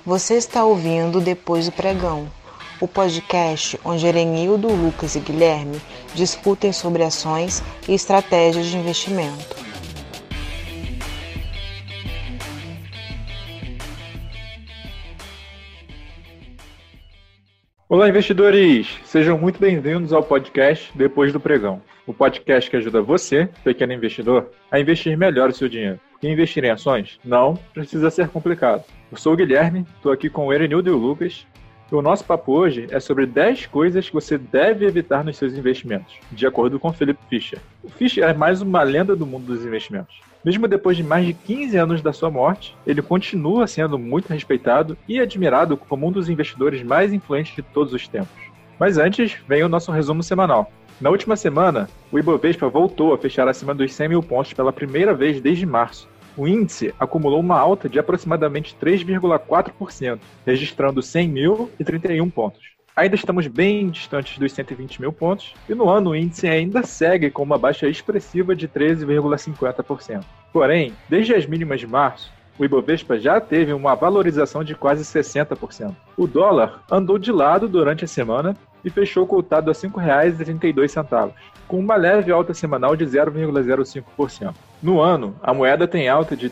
Você está ouvindo Depois do Pregão, o podcast onde Erenildo, Lucas e Guilherme discutem sobre ações e estratégias de investimento. Olá, investidores! Sejam muito bem-vindos ao podcast Depois do Pregão, o podcast que ajuda você, pequeno investidor, a investir melhor o seu dinheiro. E investir em ações não precisa ser complicado. Eu sou o Guilherme, estou aqui com o Erenildo e o Lucas, e o nosso papo hoje é sobre 10 coisas que você deve evitar nos seus investimentos, de acordo com Philip Fisher. O Fisher é mais uma lenda do mundo dos investimentos. Mesmo depois de mais de 15 anos da sua morte, ele continua sendo muito respeitado e admirado como um dos investidores mais influentes de todos os tempos. Mas antes, vem o nosso resumo semanal. Na última semana, o Ibovespa voltou a fechar acima dos 100 mil pontos pela primeira vez desde março. O índice acumulou uma alta de aproximadamente 3,4%, registrando 100.031 pontos. Ainda estamos bem distantes dos 120 mil pontos, e no ano o índice ainda segue com uma baixa expressiva de 13,50%. Porém, desde as mínimas de março, o Ibovespa já teve uma valorização de quase 60%. O dólar andou de lado durante a semana e fechou cotado a R$ 5,32, com uma leve alta semanal de 0,05%. No ano, a moeda tem alta de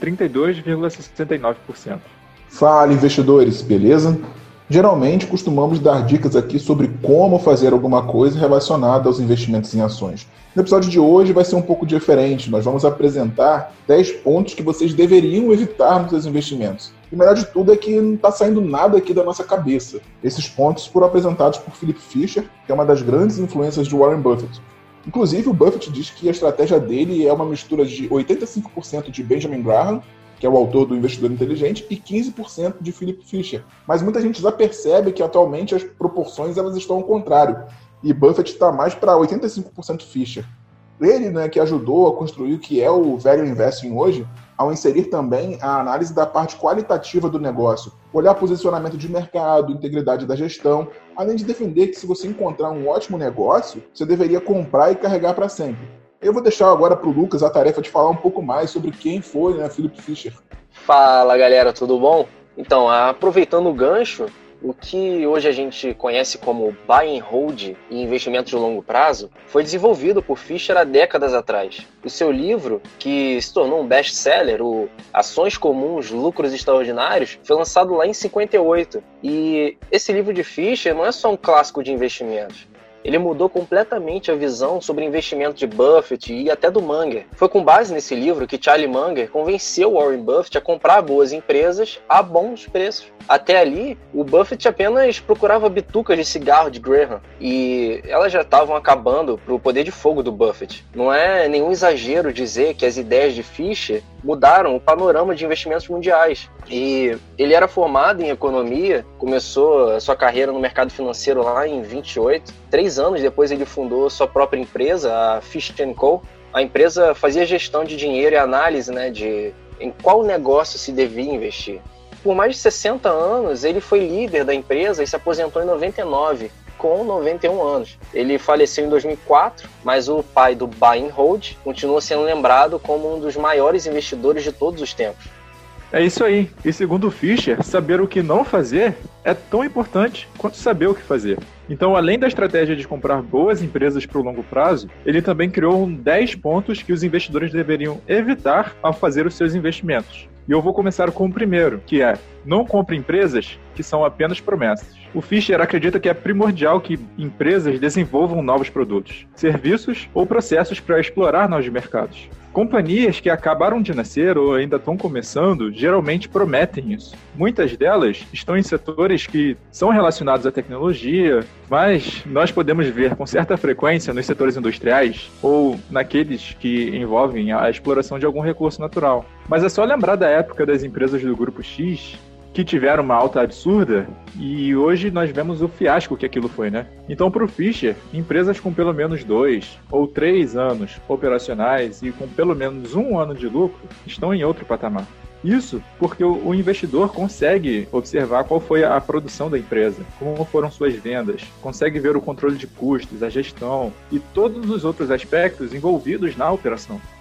32,69%. Fala, investidores, beleza? Geralmente costumamos dar dicas aqui sobre como fazer alguma coisa relacionada aos investimentos em ações. No episódio de hoje vai ser um pouco diferente. Nós vamos apresentar 10 pontos que vocês deveriam evitar nos seus investimentos. E o melhor de tudo é que não está saindo nada aqui da nossa cabeça. Esses pontos foram apresentados por Philip Fisher, que é uma das grandes influências de Warren Buffett. Inclusive, o Buffett diz que a estratégia dele é uma mistura de 85% de Benjamin Graham, que é o autor do Investidor Inteligente, e 15% de Philip Fisher. Mas muita gente já percebe que atualmente as proporções elas estão ao contrário, e Buffett está mais para 85% Fisher. Ele, que ajudou a construir o que é o Value Investing hoje, ao inserir também a análise da parte qualitativa do negócio, olhar posicionamento de mercado, integridade da gestão, além de defender que se você encontrar um ótimo negócio, você deveria comprar e carregar para sempre. Eu vou deixar agora para o Lucas a tarefa de falar um pouco mais sobre quem foi Philip Fisher. Fala, galera, tudo bom? Então, aproveitando o gancho, o que hoje a gente conhece como buy and hold e investimento de longo prazo foi desenvolvido por Fisher há décadas atrás. O seu livro, que se tornou um best-seller, o Ações Comuns, Lucros Extraordinários, foi lançado lá em 58. E esse livro de Fisher não é só um clássico de investimentos. Ele mudou completamente a visão sobre investimento de Buffett e até do Munger. Foi com base nesse livro que Charlie Munger convenceu Warren Buffett a comprar boas empresas a bons preços. Até ali, o Buffett apenas procurava bitucas de cigarro de Graham e elas já estavam acabando para o poder de fogo do Buffett. Não é nenhum exagero dizer que as ideias de Fisher mudaram o panorama de investimentos mundiais. E ele era formado em economia, começou a sua carreira no mercado financeiro lá em 28. 3 anos depois ele fundou sua própria empresa, a Fisher & Co. A empresa fazia gestão de dinheiro e análise de em qual negócio se devia investir. Por mais de 60 anos, ele foi líder da empresa e se aposentou em 99, com 91 anos. Ele faleceu em 2004, mas o pai do buy and hold continua sendo lembrado como um dos maiores investidores de todos os tempos. É isso aí. E segundo Fisher, saber o que não fazer é tão importante quanto saber o que fazer. Então, além da estratégia de comprar boas empresas para o longo prazo, ele também criou 10 pontos que os investidores deveriam evitar ao fazer os seus investimentos. E eu vou começar com o primeiro, que é: não compre empresas que são apenas promessas. O Fisher acredita que é primordial que empresas desenvolvam novos produtos, serviços ou processos para explorar novos mercados. Companhias que acabaram de nascer ou ainda estão começando geralmente prometem isso. Muitas delas estão em setores que são relacionados à tecnologia, mas nós podemos ver com certa frequência nos setores industriais ou naqueles que envolvem a exploração de algum recurso natural. Mas é só lembrar da época das empresas do Grupo X, que tiveram uma alta absurda, e hoje nós vemos o fiasco que aquilo foi, Então, para o Fisher, empresas com pelo menos 2 ou 3 anos operacionais e com pelo menos 1 ano de lucro estão em outro patamar. Isso porque o investidor consegue observar qual foi a produção da empresa, como foram suas vendas, consegue ver o controle de custos, a gestão e todos os outros aspectos envolvidos na operação.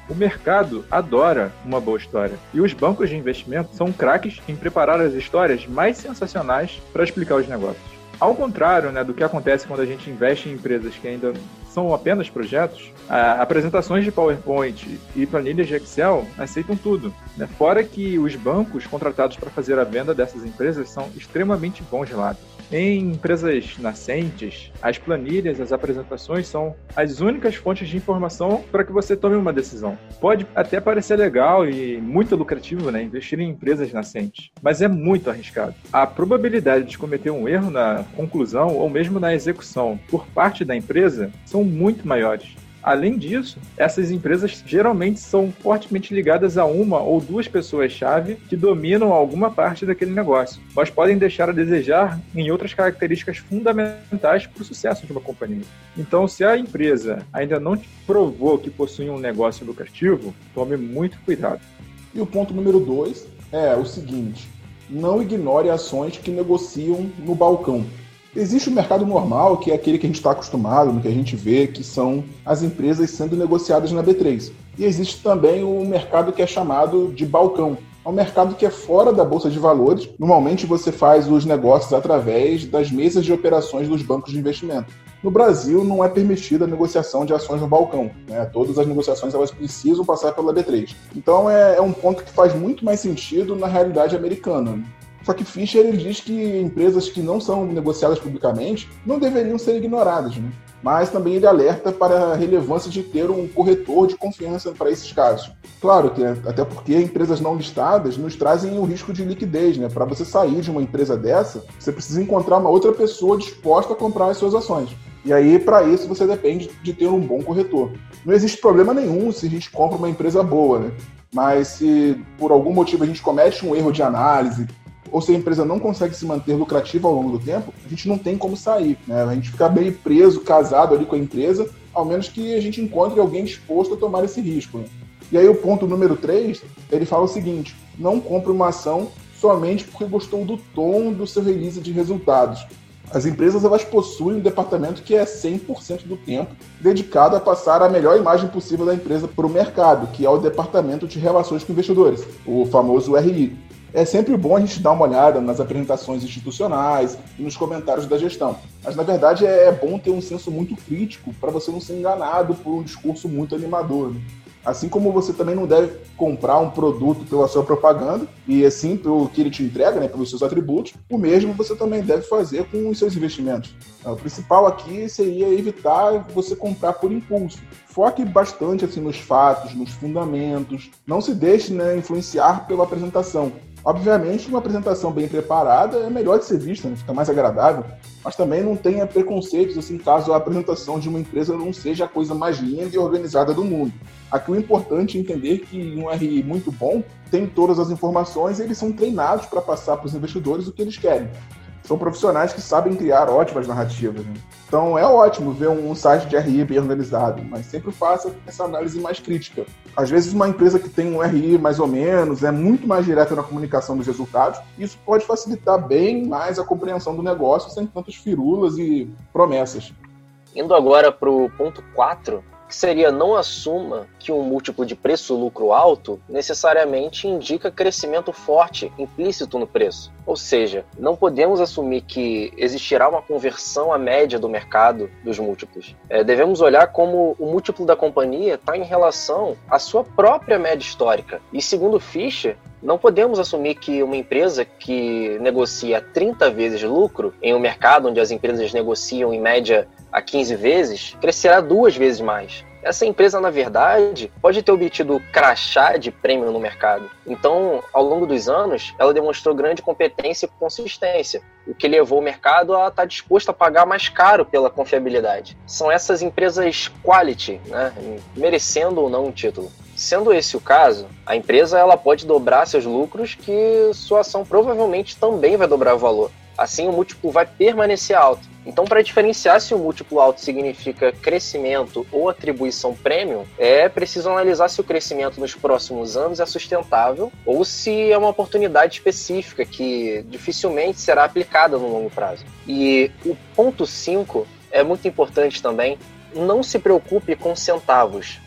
O mercado adora uma boa história. E os bancos de investimento são craques em preparar as histórias mais sensacionais para explicar os negócios. Ao contrário, né, do que acontece quando a gente investe em empresas que ainda são apenas projetos, apresentações de PowerPoint e planilhas de Excel aceitam tudo, né? Fora que os bancos contratados para fazer a venda dessas empresas são extremamente bons relatos. Em empresas nascentes, as planilhas, as apresentações são as únicas fontes de informação para que você tome uma decisão. Pode até parecer legal e muito lucrativo, né, investir em empresas nascentes, mas é muito arriscado. A probabilidade de cometer um erro na conclusão ou mesmo na execução por parte da empresa são muito maiores. Além disso, essas empresas geralmente são fortemente ligadas a uma ou duas pessoas-chave que dominam alguma parte daquele negócio, mas podem deixar a desejar em outras características fundamentais para o sucesso de uma companhia. Então, se a empresa ainda não te provou que possui um negócio lucrativo, tome muito cuidado. E o ponto número 2 é o seguinte: não ignore ações que negociam no balcão. Existe o mercado normal, que é aquele que a gente está acostumado, no que a gente vê, que são as empresas sendo negociadas na B3. E existe também o mercado que é chamado de balcão. É um mercado que é fora da Bolsa de Valores. Normalmente você faz os negócios através das mesas de operações dos bancos de investimento. No Brasil não é permitida a negociação de ações no balcão, né? Todas as negociações elas precisam passar pela B3. Então é um ponto que faz muito mais sentido na realidade americana. Só que Fischer ele diz que empresas que não são negociadas publicamente não deveriam ser ignoradas, né? Mas também ele alerta para a relevância de ter um corretor de confiança para esses casos. Claro que até porque empresas não listadas nos trazem o risco de liquidez, né? Para você sair de uma empresa dessa, você precisa encontrar uma outra pessoa disposta a comprar as suas ações. E aí, para isso, você depende de ter um bom corretor. Não existe problema nenhum se a gente compra uma empresa boa, né? Mas se por algum motivo a gente comete um erro de análise, ou se a empresa não consegue se manter lucrativa ao longo do tempo, a gente não tem como sair, né? A gente fica meio preso, casado ali com a empresa, ao menos que a gente encontre alguém disposto a tomar esse risco, né? E aí o ponto número 3, ele fala o seguinte: não compre uma ação somente porque gostou do tom do seu release de resultados. As empresas elas possuem um departamento que é 100% do tempo dedicado a passar a melhor imagem possível da empresa para o mercado, que é o Departamento de Relações com Investidores, o famoso RI. É sempre bom a gente dar uma olhada nas apresentações institucionais e nos comentários da gestão. Mas, na verdade, é bom ter um senso muito crítico para você não ser enganado por um discurso muito animador, né? Assim como você também não deve comprar um produto pela sua propaganda e assim pelo que ele te entrega, né, pelos seus atributos, o mesmo você também deve fazer com os seus investimentos. O principal aqui seria evitar você comprar por impulso. Foque bastante assim, nos fatos, nos fundamentos. Não se deixe, né, influenciar pela apresentação. Obviamente, uma apresentação bem preparada é melhor de ser vista, né? Fica mais agradável, mas também não tenha preconceitos assim, caso a apresentação de uma empresa não seja a coisa mais linda e organizada do mundo. Aqui o importante é entender que um RI muito bom tem todas as informações e eles são treinados para passar para os investidores o que eles querem. São profissionais que sabem criar ótimas narrativas, né? Então é ótimo ver um site de RI bem organizado, mas sempre faça essa análise mais crítica. Às vezes uma empresa que tem um RI mais ou menos é muito mais direta na comunicação dos resultados, e isso pode facilitar bem mais a compreensão do negócio sem tantas firulas e promessas. Indo agora para o ponto 4, que seria: não assuma que um múltiplo de preço-lucro alto necessariamente indica crescimento forte implícito no preço. Ou seja, não podemos assumir que existirá uma conversão à média do mercado dos múltiplos. Devemos olhar como o múltiplo da companhia está em relação à sua própria média histórica. E segundo Fischer, não podemos assumir que uma empresa que negocia 30 vezes lucro em um mercado onde as empresas negociam em média a 15 vezes, crescerá 2 vezes mais. Essa empresa, na verdade, pode ter obtido crachá de prêmio no mercado. Então, ao longo dos anos, ela demonstrou grande competência e consistência, o que levou o mercado a estar disposto a pagar mais caro pela confiabilidade. São essas empresas quality, né, merecendo ou não um título. Sendo esse o caso, a empresa ela pode dobrar seus lucros, que sua ação provavelmente também vai dobrar o valor. Assim, o múltiplo vai permanecer alto. Então, para diferenciar se o múltiplo alto significa crescimento ou atribuição premium, é preciso analisar se o crescimento nos próximos anos é sustentável ou se é uma oportunidade específica que dificilmente será aplicada no longo prazo. E o ponto 5 é muito importante também: não se preocupe com centavos.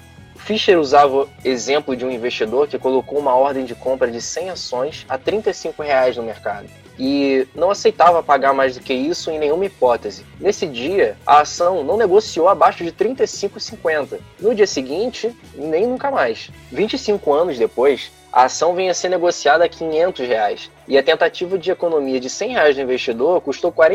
Fischer usava o exemplo de um investidor que colocou uma ordem de compra de 100 ações a R$ 35 no mercado e não aceitava pagar mais do que isso em nenhuma hipótese. Nesse dia, a ação não negociou abaixo de R$ 35,50. No dia seguinte, nem nunca mais. 25 anos depois, a ação vem a ser negociada a R$ 500 e a tentativa de economia de R$ 100 do investidor custou R$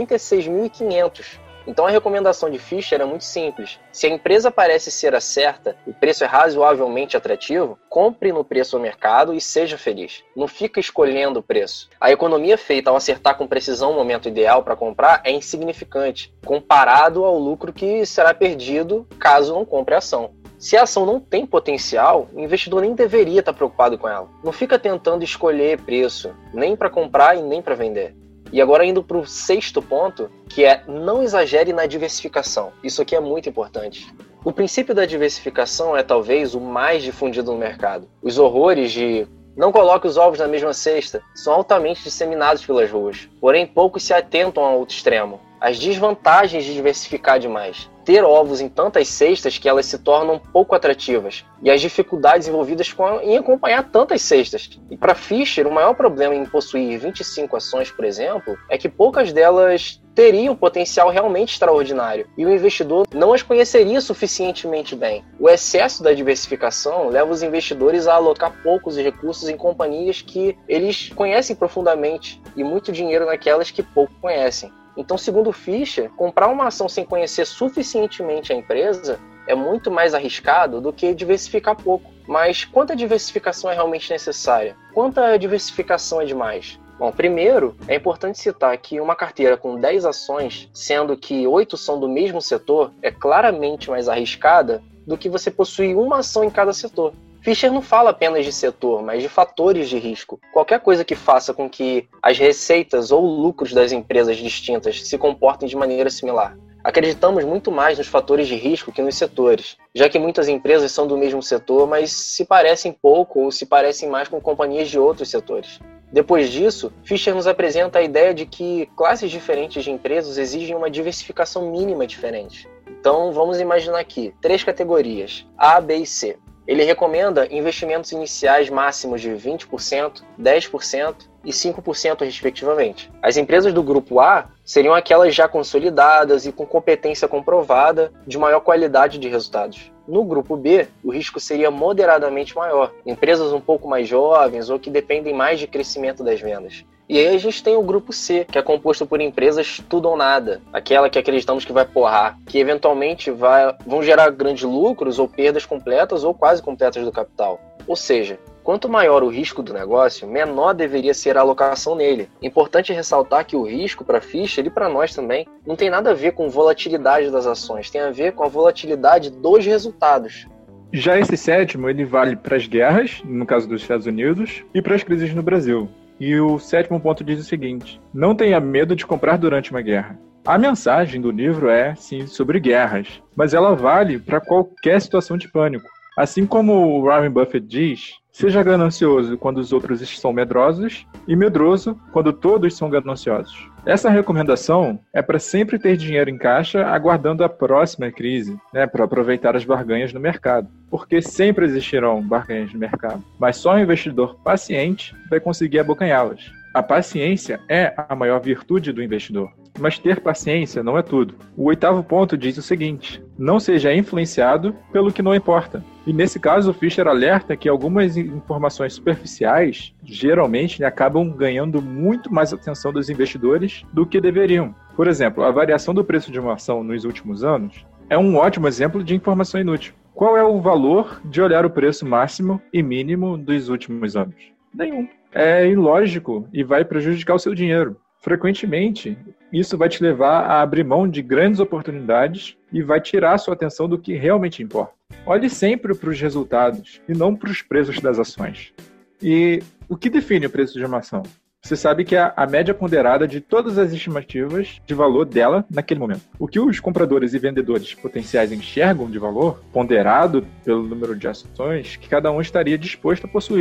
46.500. Então a recomendação de Fischer é muito simples. Se a empresa parece ser a certa e o preço é razoavelmente atrativo, compre no preço ao mercado e seja feliz. Não fica escolhendo o preço. A economia feita ao acertar com precisão o momento ideal para comprar é insignificante, comparado ao lucro que será perdido caso não compre a ação. Se a ação não tem potencial, o investidor nem deveria estar preocupado com ela. Não fica tentando escolher preço, nem para comprar e nem para vender. E agora indo para o 6º ponto, que é não exagere na diversificação. Isso aqui é muito importante. O princípio da diversificação é talvez o mais difundido no mercado. Os horrores de não coloque os ovos na mesma cesta são altamente disseminados pelas ruas. Porém, poucos se atentam ao outro extremo. As desvantagens de diversificar demais. Ter ovos em tantas cestas que elas se tornam pouco atrativas. E as dificuldades envolvidas em acompanhar tantas cestas. E para Fischer, o maior problema em possuir 25 ações, por exemplo, é que poucas delas teriam potencial realmente extraordinário. E o investidor não as conheceria suficientemente bem. O excesso da diversificação leva os investidores a alocar poucos recursos em companhias que eles conhecem profundamente. E muito dinheiro naquelas que pouco conhecem. Então, segundo Fischer, comprar uma ação sem conhecer suficientemente a empresa é muito mais arriscado do que diversificar pouco. Mas quanta diversificação é realmente necessária? Quanta diversificação é demais? Bom, primeiro, é importante citar que uma carteira com 10 ações, sendo que 8 são do mesmo setor, é claramente mais arriscada do que você possuir uma ação em cada setor. Fischer não fala apenas de setor, mas de fatores de risco. Qualquer coisa que faça com que as receitas ou lucros das empresas distintas se comportem de maneira similar. Acreditamos muito mais nos fatores de risco que nos setores, já que muitas empresas são do mesmo setor, mas se parecem pouco ou se parecem mais com companhias de outros setores. Depois disso, Fischer nos apresenta a ideia de que classes diferentes de empresas exigem uma diversificação mínima diferente. Então, vamos imaginar aqui 3 categorias, A, B e C. Ele recomenda investimentos iniciais máximos de 20%, 10% e 5% respectivamente. As empresas do grupo A seriam aquelas já consolidadas e com competência comprovada de maior qualidade de resultados. No grupo B, o risco seria moderadamente maior, empresas um pouco mais jovens ou que dependem mais de crescimento das vendas. E aí a gente tem o grupo C, que é composto por empresas tudo ou nada, aquela que acreditamos que vai porrar, que eventualmente vão gerar grandes lucros ou perdas completas ou quase completas do capital. Ou seja, quanto maior o risco do negócio, menor deveria ser a alocação nele. Importante ressaltar que o risco para Fischer e para nós também não tem nada a ver com volatilidade das ações, tem a ver com a volatilidade dos resultados. Já esse 7º, ele vale para as guerras, no caso dos Estados Unidos, e para as crises no Brasil. E o 7º ponto diz o seguinte: não tenha medo de comprar durante uma guerra. A mensagem do livro é, sim, sobre guerras, mas ela vale para qualquer situação de pânico. Assim como o Warren Buffett diz, seja ganancioso quando os outros são medrosos e medroso quando todos são gananciosos. Essa recomendação é para sempre ter dinheiro em caixa aguardando a próxima crise, para aproveitar as barganhas no mercado. Porque sempre existirão barganhas no mercado, mas só um investidor paciente vai conseguir abocanhá-las. A paciência é a maior virtude do investidor. Mas ter paciência não é tudo. O 8º ponto diz o seguinte: não seja influenciado pelo que não importa. E nesse caso, o Fischer alerta que algumas informações superficiais geralmente acabam ganhando muito mais atenção dos investidores do que deveriam. Por exemplo, a variação do preço de uma ação nos últimos anos é um ótimo exemplo de informação inútil. Qual é o valor de olhar o preço máximo e mínimo dos últimos anos? Nenhum. É ilógico e vai prejudicar o seu dinheiro. Frequentemente, isso vai te levar a abrir mão de grandes oportunidades e vai tirar a sua atenção do que realmente importa. Olhe sempre para os resultados e não para os preços das ações. E o que define o preço de uma ação? Você sabe que é a média ponderada de todas as estimativas de valor dela naquele momento. O que os compradores e vendedores potenciais enxergam de valor, ponderado pelo número de ações que cada um estaria disposto a possuir.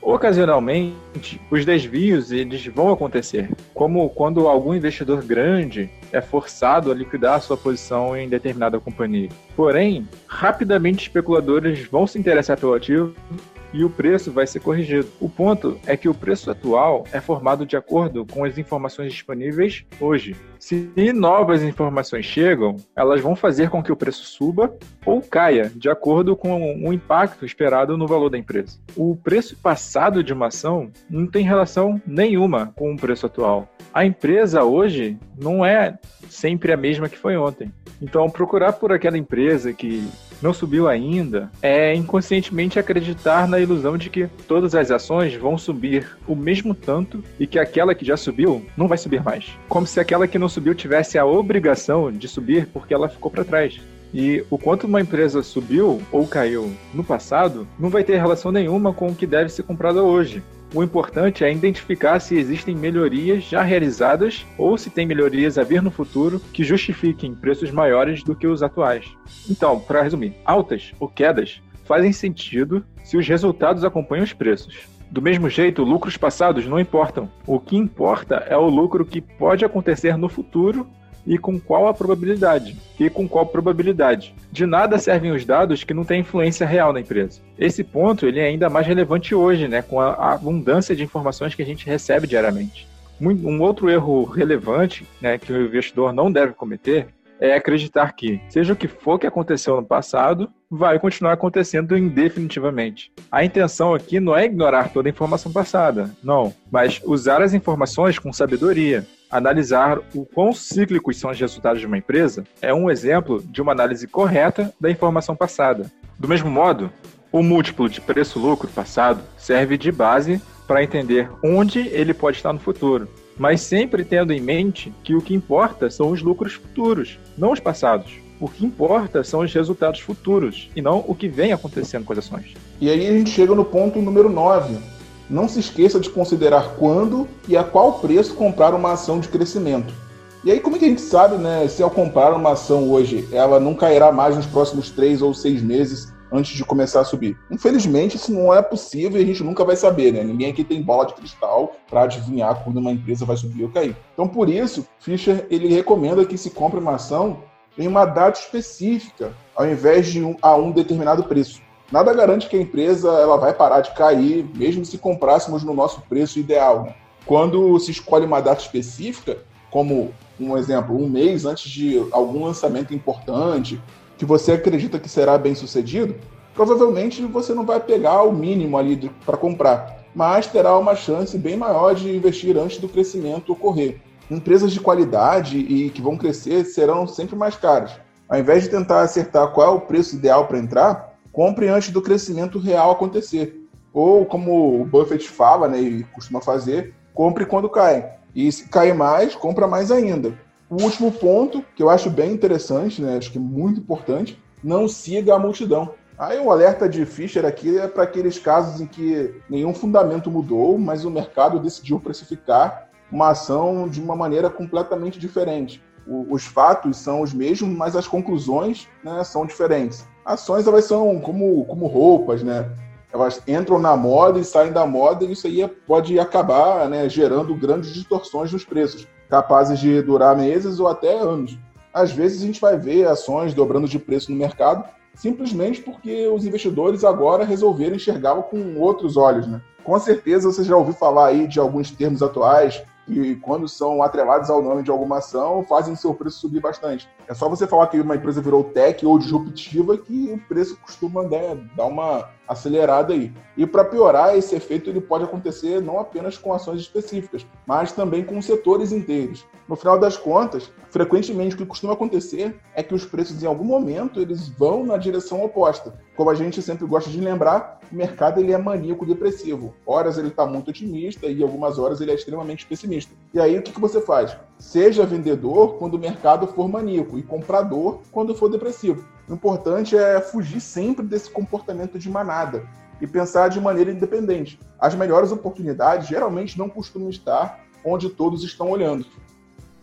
Ocasionalmente, os desvios eles vão acontecer, como quando algum investidor grande é forçado a liquidar a sua posição em determinada companhia. Porém, rapidamente especuladores vão se interessar pelo ativo e o preço vai ser corrigido. O ponto é que o preço atual é formado de acordo com as informações disponíveis hoje. Se novas informações chegam, elas vão fazer com que o preço suba ou caia, de acordo com o impacto esperado no valor da empresa. O preço passado de uma ação não tem relação nenhuma com o preço atual. A empresa hoje não é sempre a mesma que foi ontem. Então, procurar por aquela empresa que não subiu ainda é inconscientemente acreditar na ilusão de que todas as ações vão subir o mesmo tanto e que aquela que já subiu não vai subir mais. Como se aquela que não subiu tivesse a obrigação de subir porque ela ficou para trás. E o quanto uma empresa subiu ou caiu no passado não vai ter relação nenhuma com o que deve ser comprado hoje. O importante é identificar se existem melhorias já realizadas ou se tem melhorias a vir no futuro que justifiquem preços maiores do que os atuais. Então, para resumir, altas ou quedas fazem sentido se os resultados acompanham os preços. Do mesmo jeito, lucros passados não importam. O que importa é o lucro que pode acontecer no futuro e com qual a probabilidade. E com qual probabilidade. De nada servem os dados que não têm influência real na empresa. Esse ponto ele é ainda mais relevante hoje, né, com a abundância de informações que a gente recebe diariamente. Um outro erro relevante, né, que o investidor não deve cometer é acreditar que, seja o que for que aconteceu no passado, vai continuar acontecendo indefinitivamente. A intenção aqui não é ignorar toda a informação passada, não, mas usar as informações com sabedoria. Analisar o quão cíclicos são os resultados de uma empresa é um exemplo de uma análise correta da informação passada. Do mesmo modo, o múltiplo de preço-lucro passado serve de base para entender onde ele pode estar no futuro, mas sempre tendo em mente que o que importa são os lucros futuros, não os passados. O que importa são os resultados futuros e não o que vem acontecendo com as ações. E aí a gente chega no ponto número 9. Não se esqueça de considerar quando e a qual preço comprar uma ação de crescimento. E aí como é que a gente sabe, né, se ao comprar uma ação hoje, ela não cairá mais nos próximos 3 ou 6 meses antes de começar a subir? Infelizmente, isso não é possível e a gente nunca vai saber, né? Ninguém aqui tem bola de cristal para adivinhar quando uma empresa vai subir ou cair. Então, por isso, Fischer ele recomenda que se compre uma ação em uma data específica, ao invés de um determinado preço. Nada garante que a empresa ela vai parar de cair, mesmo se comprássemos no nosso preço ideal, né? Quando se escolhe uma data específica, como um exemplo, um mês antes de algum lançamento importante, que você acredita que será bem sucedido, provavelmente você não vai pegar o mínimo ali para comprar, mas terá uma chance bem maior de investir antes do crescimento ocorrer. Empresas de qualidade e que vão crescer serão sempre mais caras. Ao invés de tentar acertar qual é o preço ideal para entrar, compre antes do crescimento real acontecer. Ou, como o Buffett fala, né, e costuma fazer, compre quando cai. E se cair mais, compra mais ainda. O último ponto, que eu acho bem interessante, né, acho que é muito importante, não siga a multidão. Aí o alerta de Fischer aqui é para aqueles casos em que nenhum fundamento mudou, mas o mercado decidiu precificar uma ação de uma maneira completamente diferente. Os fatos são os mesmos, mas as conclusões, né, são diferentes. Ações elas são como roupas, né? Elas entram na moda e saem da moda e isso aí pode acabar, né, gerando grandes distorções nos preços, capazes de durar meses ou até anos. Às vezes a gente vai ver ações dobrando de preço no mercado simplesmente porque os investidores agora resolveram enxergá-lo com outros olhos, né? Com certeza você já ouviu falar aí de alguns termos atuais que, quando são atrelados ao nome de alguma ação, fazem seu preço subir bastante. É só você falar que uma empresa virou tech ou disruptiva que o preço costuma dar uma acelerada aí. E para piorar, esse efeito ele pode acontecer não apenas com ações específicas, mas também com setores inteiros. No final das contas, frequentemente o que costuma acontecer é que os preços em algum momento eles vão na direção oposta. Como a gente sempre gosta de lembrar, o mercado ele é maníaco depressivo. Horas ele está muito otimista e algumas horas ele é extremamente pessimista. E aí o que você faz? Seja vendedor quando o mercado for maníaco e comprador quando for depressivo. O importante é fugir sempre desse comportamento de manada e pensar de maneira independente. As melhores oportunidades geralmente não costumam estar onde todos estão olhando.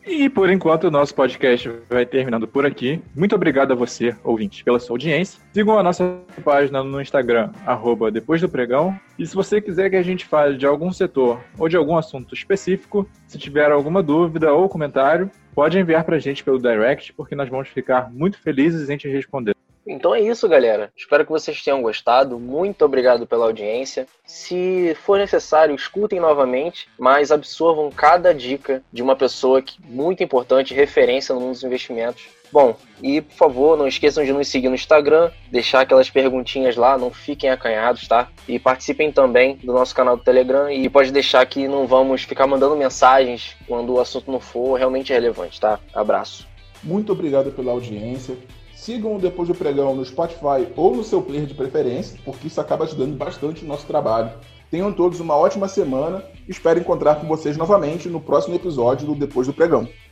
E por enquanto o nosso podcast vai terminando por aqui. Muito obrigado a você, ouvinte, pela sua audiência. Sigam a nossa página no Instagram, @depois do pregão. E se você quiser que a gente fale de algum setor ou de algum assunto específico, se tiver alguma dúvida ou comentário, pode enviar pra gente pelo direct, porque nós vamos ficar muito felizes em te responder. Então é isso, galera. Espero que vocês tenham gostado. Muito obrigado pela audiência. Se for necessário, escutem novamente, mas absorvam cada dica de uma pessoa muito importante, referência no mundo dos investimentos. Bom, e por favor, não esqueçam de nos seguir no Instagram, deixar aquelas perguntinhas lá, não fiquem acanhados, tá? E participem também do nosso canal do Telegram e pode deixar que não vamos ficar mandando mensagens quando o assunto não for realmente relevante, tá? Abraço. Muito obrigado pela audiência. Sigam o Depois do Pregão no Spotify ou no seu player de preferência, porque isso acaba ajudando bastante o nosso trabalho. Tenham todos uma ótima semana e espero encontrar com vocês novamente no próximo episódio do Depois do Pregão.